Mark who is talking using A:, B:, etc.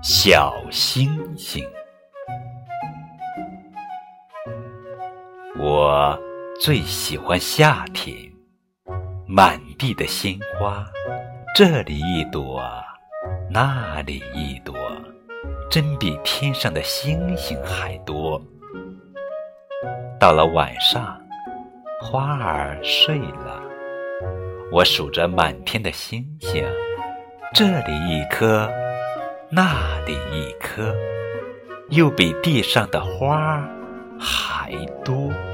A: 小星星。我最喜欢夏天，满地的鲜花，这里一朵，那里一朵，真比天上的星星还多。到了晚上，花儿睡了，我数着满天的星星，这里一颗，那里一颗，又比地上的花还多。